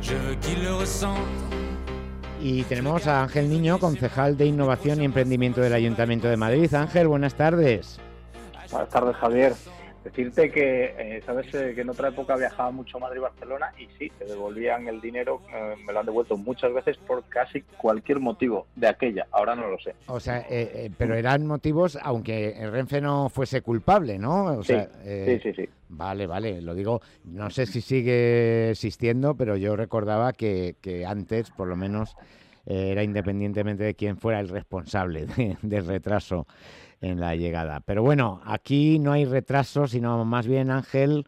Je veux qu'il le ressente. Y tenemos a Ángel Niño, concejal de Innovación y Emprendimiento del Ayuntamiento de Madrid. Ángel, buenas tardes. Buenas tardes, Javier. Decirte que, sabes que en otra época viajaba mucho a Madrid y Barcelona y sí, te devolvían el dinero, me lo han devuelto muchas veces por casi cualquier motivo de aquella, ahora no lo sé. O sea, pero eran motivos, aunque el Renfe no fuese culpable, ¿no? O sea, sí. Vale, lo digo, no sé si sigue existiendo, pero yo recordaba que antes, por lo menos, era independientemente de quién fuera el responsable del retraso en la llegada. Pero bueno, aquí no hay retraso, sino más bien, Ángel,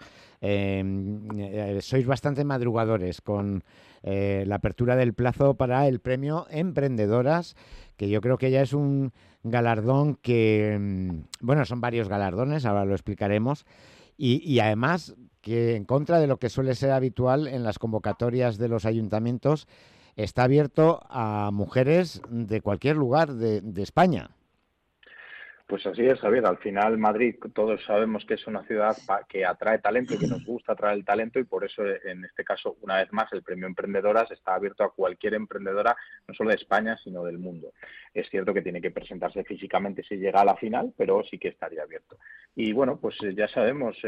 sois bastante madrugadores con la apertura del plazo para el premio Emprendedoras, que yo creo que ya es un galardón que, bueno, son varios galardones, ahora lo explicaremos, y además que en contra de lo que suele ser habitual en las convocatorias de los ayuntamientos, está abierto a mujeres de cualquier lugar de España. Pues así es, Javier. Al final, Madrid, todos sabemos que es una ciudad que atrae talento y que nos gusta atraer el talento y por eso, en este caso, una vez más, el Premio Emprendedoras está abierto a cualquier emprendedora, no solo de España, sino del mundo. Es cierto que tiene que presentarse físicamente si llega a la final, pero sí que estaría abierto. Y bueno, pues ya sabemos,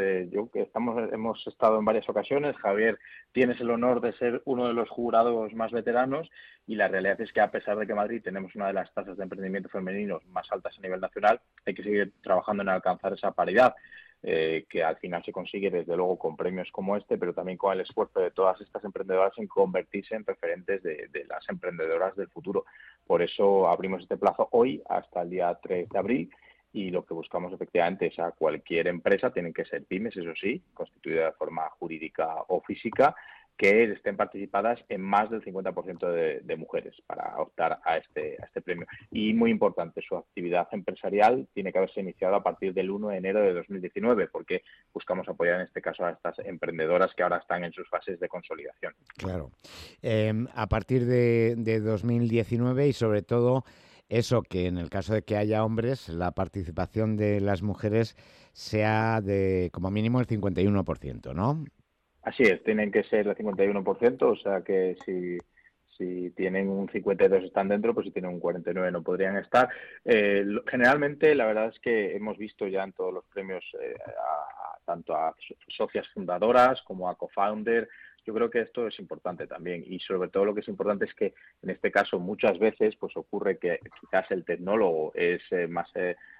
hemos estado en varias ocasiones. Javier, tienes el honor de ser uno de los jurados más veteranos y la realidad es que a pesar de que en Madrid tenemos una de las tasas de emprendimiento femeninos más altas a nivel nacional, hay que seguir trabajando en alcanzar esa paridad, que al final se consigue desde luego con premios como este, pero también con el esfuerzo de todas estas emprendedoras en convertirse en referentes de las emprendedoras del futuro. Por eso abrimos este plazo hoy hasta el día 3 de abril y lo que buscamos efectivamente es a cualquier empresa, tienen que ser pymes, eso sí, constituida de forma jurídica o física, que estén participadas en más del 50% de mujeres para optar a este premio. Y muy importante, su actividad empresarial tiene que haberse iniciado a partir del 1 de enero de 2019, porque buscamos apoyar en este caso a estas emprendedoras que ahora están en sus fases de consolidación. Claro. A partir de 2019 y sobre todo eso, que en el caso de que haya hombres, la participación de las mujeres sea de como mínimo el 51%, ¿no? Así es, tienen que ser el 51%, o sea que si tienen un 52 están dentro, pues si tienen un 49 no podrían estar. Generalmente, la verdad es que hemos visto ya en todos los premios tanto a socias fundadoras como a co-founder. Yo creo que esto es importante también y sobre todo lo que es importante es que en este caso muchas veces pues ocurre que quizás el tecnólogo es más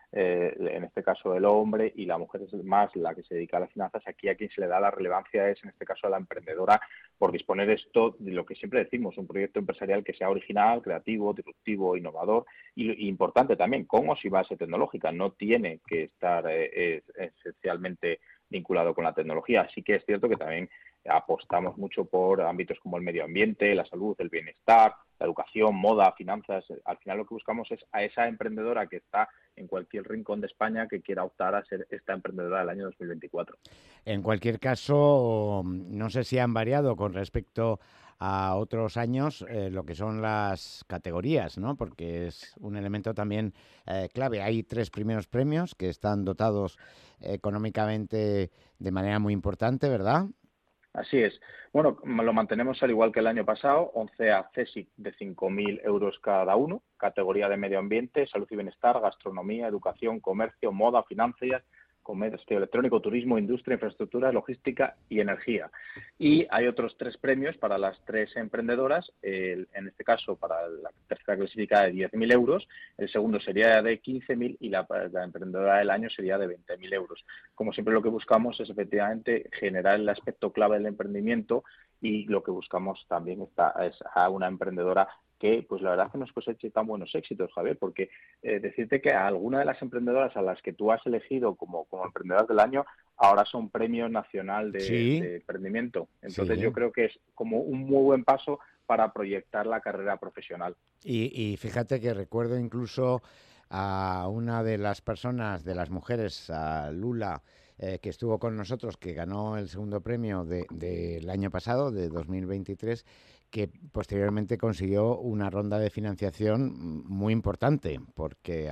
en este caso el hombre y la mujer es más la que se dedica a las finanzas. Aquí a quien se le da la relevancia es en este caso a la emprendedora por disponer esto de lo que siempre decimos, un proyecto empresarial que sea original, creativo, disruptivo, innovador y importante también, con o sin base tecnológica. No tiene que estar esencialmente vinculado con la tecnología. Así que es cierto que también apostamos mucho por ámbitos como el medio ambiente, la salud, el bienestar, la educación, moda, finanzas. Al final lo que buscamos es a esa emprendedora que está en cualquier rincón de España que quiera optar a ser esta emprendedora del año 2024. En cualquier caso, no sé si han variado con respecto a otros años lo que son las categorías, ¿no? Porque es un elemento también clave. Hay 3 primeros premios que están dotados económicamente de manera muy importante, ¿verdad? Así es. Bueno, lo mantenemos al igual que el año pasado, 11 a CSIC de 5.000 euros cada uno, categoría de medio ambiente, salud y bienestar, gastronomía, educación, comercio, moda, finanzas, comercio electrónico, turismo, industria, infraestructura, logística y energía. Y hay otros 3 premios para las 3 emprendedoras, en este caso para la tercera clasificada de 10.000 euros, el segundo sería de 15.000 y la emprendedora del año sería de 20.000 euros. Como siempre lo que buscamos es efectivamente generar el aspecto clave del emprendimiento y lo que buscamos también es a una emprendedora que pues la verdad es que nos coseche tan buenos éxitos, Javier, porque decirte que a alguna de las emprendedoras a las que tú has elegido como emprendedoras del año, ahora son Premio Nacional de Emprendimiento. Entonces sí. yo creo que es como un muy buen paso para proyectar la carrera profesional. Y fíjate que recuerdo incluso a una de las personas, de las mujeres, a Lula, que estuvo con nosotros, que ganó el segundo premio del año pasado, de 2023, que posteriormente consiguió una ronda de financiación muy importante, porque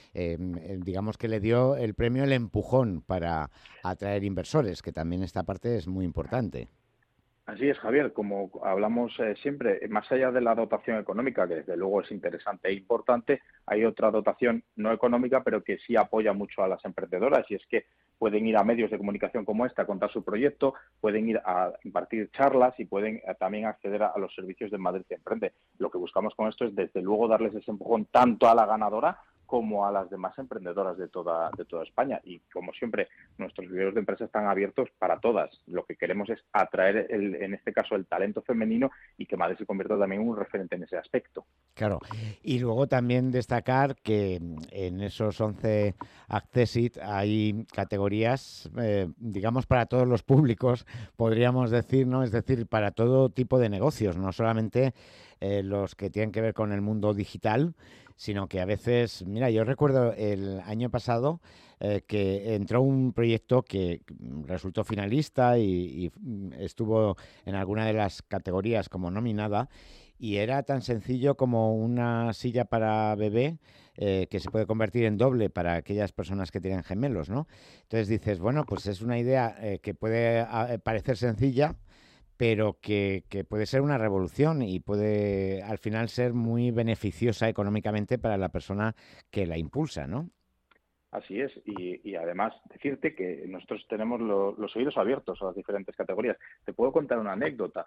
digamos que le dio el premio el empujón para atraer inversores, que también esta parte es muy importante. Así es, Javier, como hablamos siempre, más allá de la dotación económica, que desde luego es interesante e importante, hay otra dotación no económica, pero que sí apoya mucho a las emprendedoras, y es que pueden ir a medios de comunicación como esta a contar su proyecto, pueden ir a impartir charlas y pueden también acceder a los servicios de Madrid Emprende. Lo que buscamos con esto es, desde luego, darles ese empujón tanto a la ganadora como a las demás emprendedoras de toda España. Y como siempre, nuestros videos de empresa están abiertos para todas. Lo que queremos es atraer, en este caso, el talento femenino, y que Madrid se convierta también en un referente en ese aspecto. Claro, y luego también destacar que en esos 11 Accessit hay categorías, digamos, para todos los públicos, podríamos decir, ¿no? Es decir, para todo tipo de negocios, no solamente los que tienen que ver con el mundo digital, sino que a veces, mira, yo recuerdo el año pasado que entró un proyecto que resultó finalista y estuvo en alguna de las categorías como nominada. Y era tan sencillo como una silla para bebé que se puede convertir en doble para aquellas personas que tienen gemelos, ¿no? Entonces dices, bueno, pues es una idea que puede parecer sencilla, pero que puede ser una revolución y puede al final ser muy beneficiosa económicamente para la persona que la impulsa, ¿no? Así es, y además decirte que nosotros tenemos los oídos abiertos a las diferentes categorías. Te puedo contar una anécdota.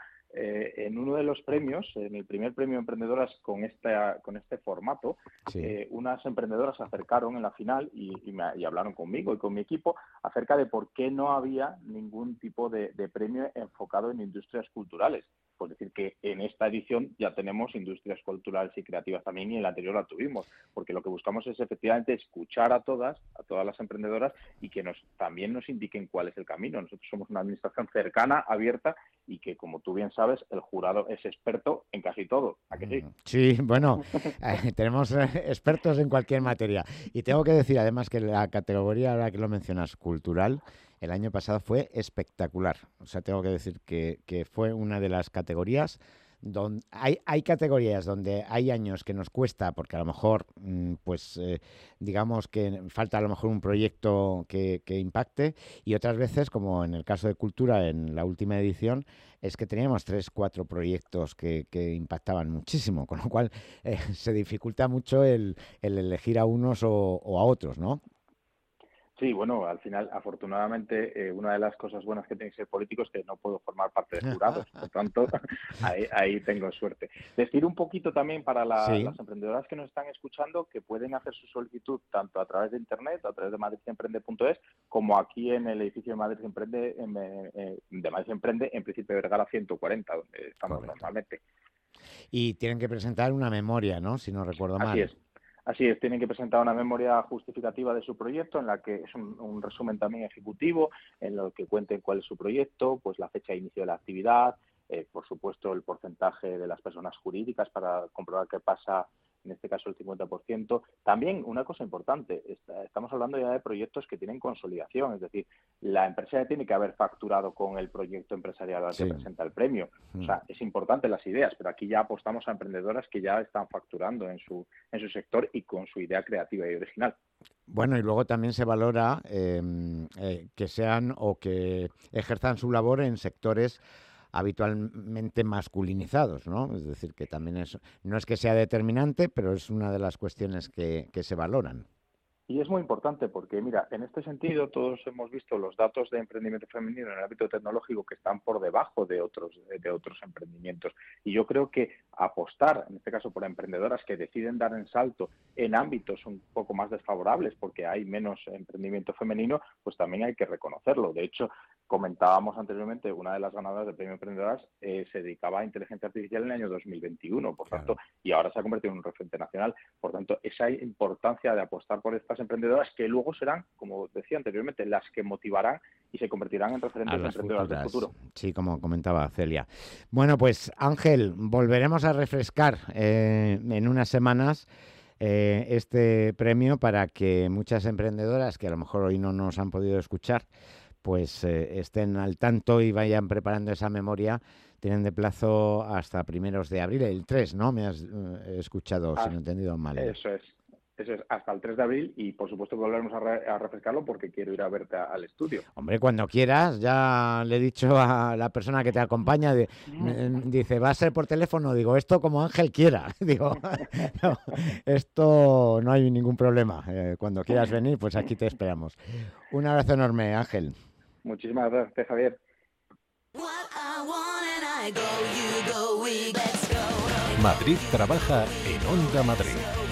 En uno de los premios, en el primer premio Emprendedoras con este formato, Sí. unas emprendedoras se acercaron en la final y hablaron conmigo y con mi equipo acerca de por qué no había ningún tipo de premio enfocado en industrias culturales. Pues decir que en esta edición ya tenemos industrias culturales y creativas también, y en la anterior la tuvimos, porque lo que buscamos es efectivamente escuchar a todas las emprendedoras, y que también nos indiquen cuál es el camino. Nosotros somos una administración cercana, abierta, y que, como tú bien sabes, el jurado es experto en casi todo. ¿A que sí? Sí, bueno, tenemos expertos en cualquier materia. Y tengo que decir además que la categoría, ahora que lo mencionas, cultural, el año pasado fue espectacular. O sea, tengo que decir que fue una de las categorías donde hay categorías donde hay años que nos cuesta, porque a lo mejor, pues, digamos que falta a lo mejor un proyecto que impacte, y otras veces, como en el caso de cultura, en la última edición, es que teníamos 3, 4 proyectos que impactaban muchísimo, con lo cual se dificulta mucho el elegir a unos o a otros, ¿no? Sí, bueno, al final, afortunadamente, una de las cosas buenas que tiene que ser político es que no puedo formar parte de jurados, por tanto, ahí tengo suerte. Decir un poquito también para Sí. las emprendedoras que nos están escuchando, que pueden hacer su solicitud tanto a través de Internet, a través de madridemprende.es, como aquí en el edificio de Madrid Emprende, de Madrid Emprende, en Príncipe Vergara 140, donde estamos Correcto. normalmente. Y tienen que presentar una memoria, ¿no? Si no recuerdo Así mal. es. Así es, tienen que presentar una memoria justificativa de su proyecto, en la que es un resumen también ejecutivo, en lo que cuenten cuál es su proyecto, pues la fecha de inicio de la actividad, por supuesto el porcentaje de las personas jurídicas para comprobar qué pasa, en este caso el 50%. También una cosa importante, estamos hablando ya de proyectos que tienen consolidación, es decir, la empresa ya tiene que haber facturado con el proyecto empresarial al que Sí. presenta el premio. O Mm. sea, es importante las ideas, pero aquí ya apostamos a emprendedoras que ya están facturando en su sector y con su idea creativa y original. Bueno, y luego también se valora que sean o que ejerzan su labor en sectores habitualmente masculinizados, ¿no? Es decir, que también no es que sea determinante, pero es una de las cuestiones que se valoran. Y es muy importante porque, mira, en este sentido todos hemos visto los datos de emprendimiento femenino en el ámbito tecnológico que están por debajo de otros emprendimientos. Y yo creo que apostar, en este caso por emprendedoras que deciden dar el salto en ámbitos un poco más desfavorables porque hay menos emprendimiento femenino, pues también hay que reconocerlo. De hecho, comentábamos anteriormente, una de las ganadoras del Premio Emprendedoras se dedicaba a inteligencia artificial en el año 2021, por tanto, Claro. y ahora se ha convertido en un referente nacional. Por tanto, esa importancia de apostar por estas emprendedoras, que luego serán, como decía anteriormente, las que motivarán y se convertirán en A referentes de las emprendedoras del futuras, futuro. sí, como comentaba Celia. Bueno, pues Ángel, volveremos a refrescar en unas semanas este premio para que muchas emprendedoras que a lo mejor hoy no nos han podido escuchar, pues estén al tanto y vayan preparando esa memoria. Tienen de plazo hasta primeros de abril, el 3, ¿no? Me has escuchado, si no he entendido mal. Eso es. Eso es hasta el 3 de abril y por supuesto que volveremos a refrescarlo porque quiero ir a verte al estudio. Hombre, cuando quieras, ya le he dicho a la persona que te acompaña, dice, va a ser por teléfono, digo, esto como Ángel quiera, digo, no, esto no hay ningún problema, cuando quieras venir, pues aquí te esperamos. Un abrazo enorme, Ángel. Muchísimas gracias, Javier. Madrid trabaja en Onda Madrid.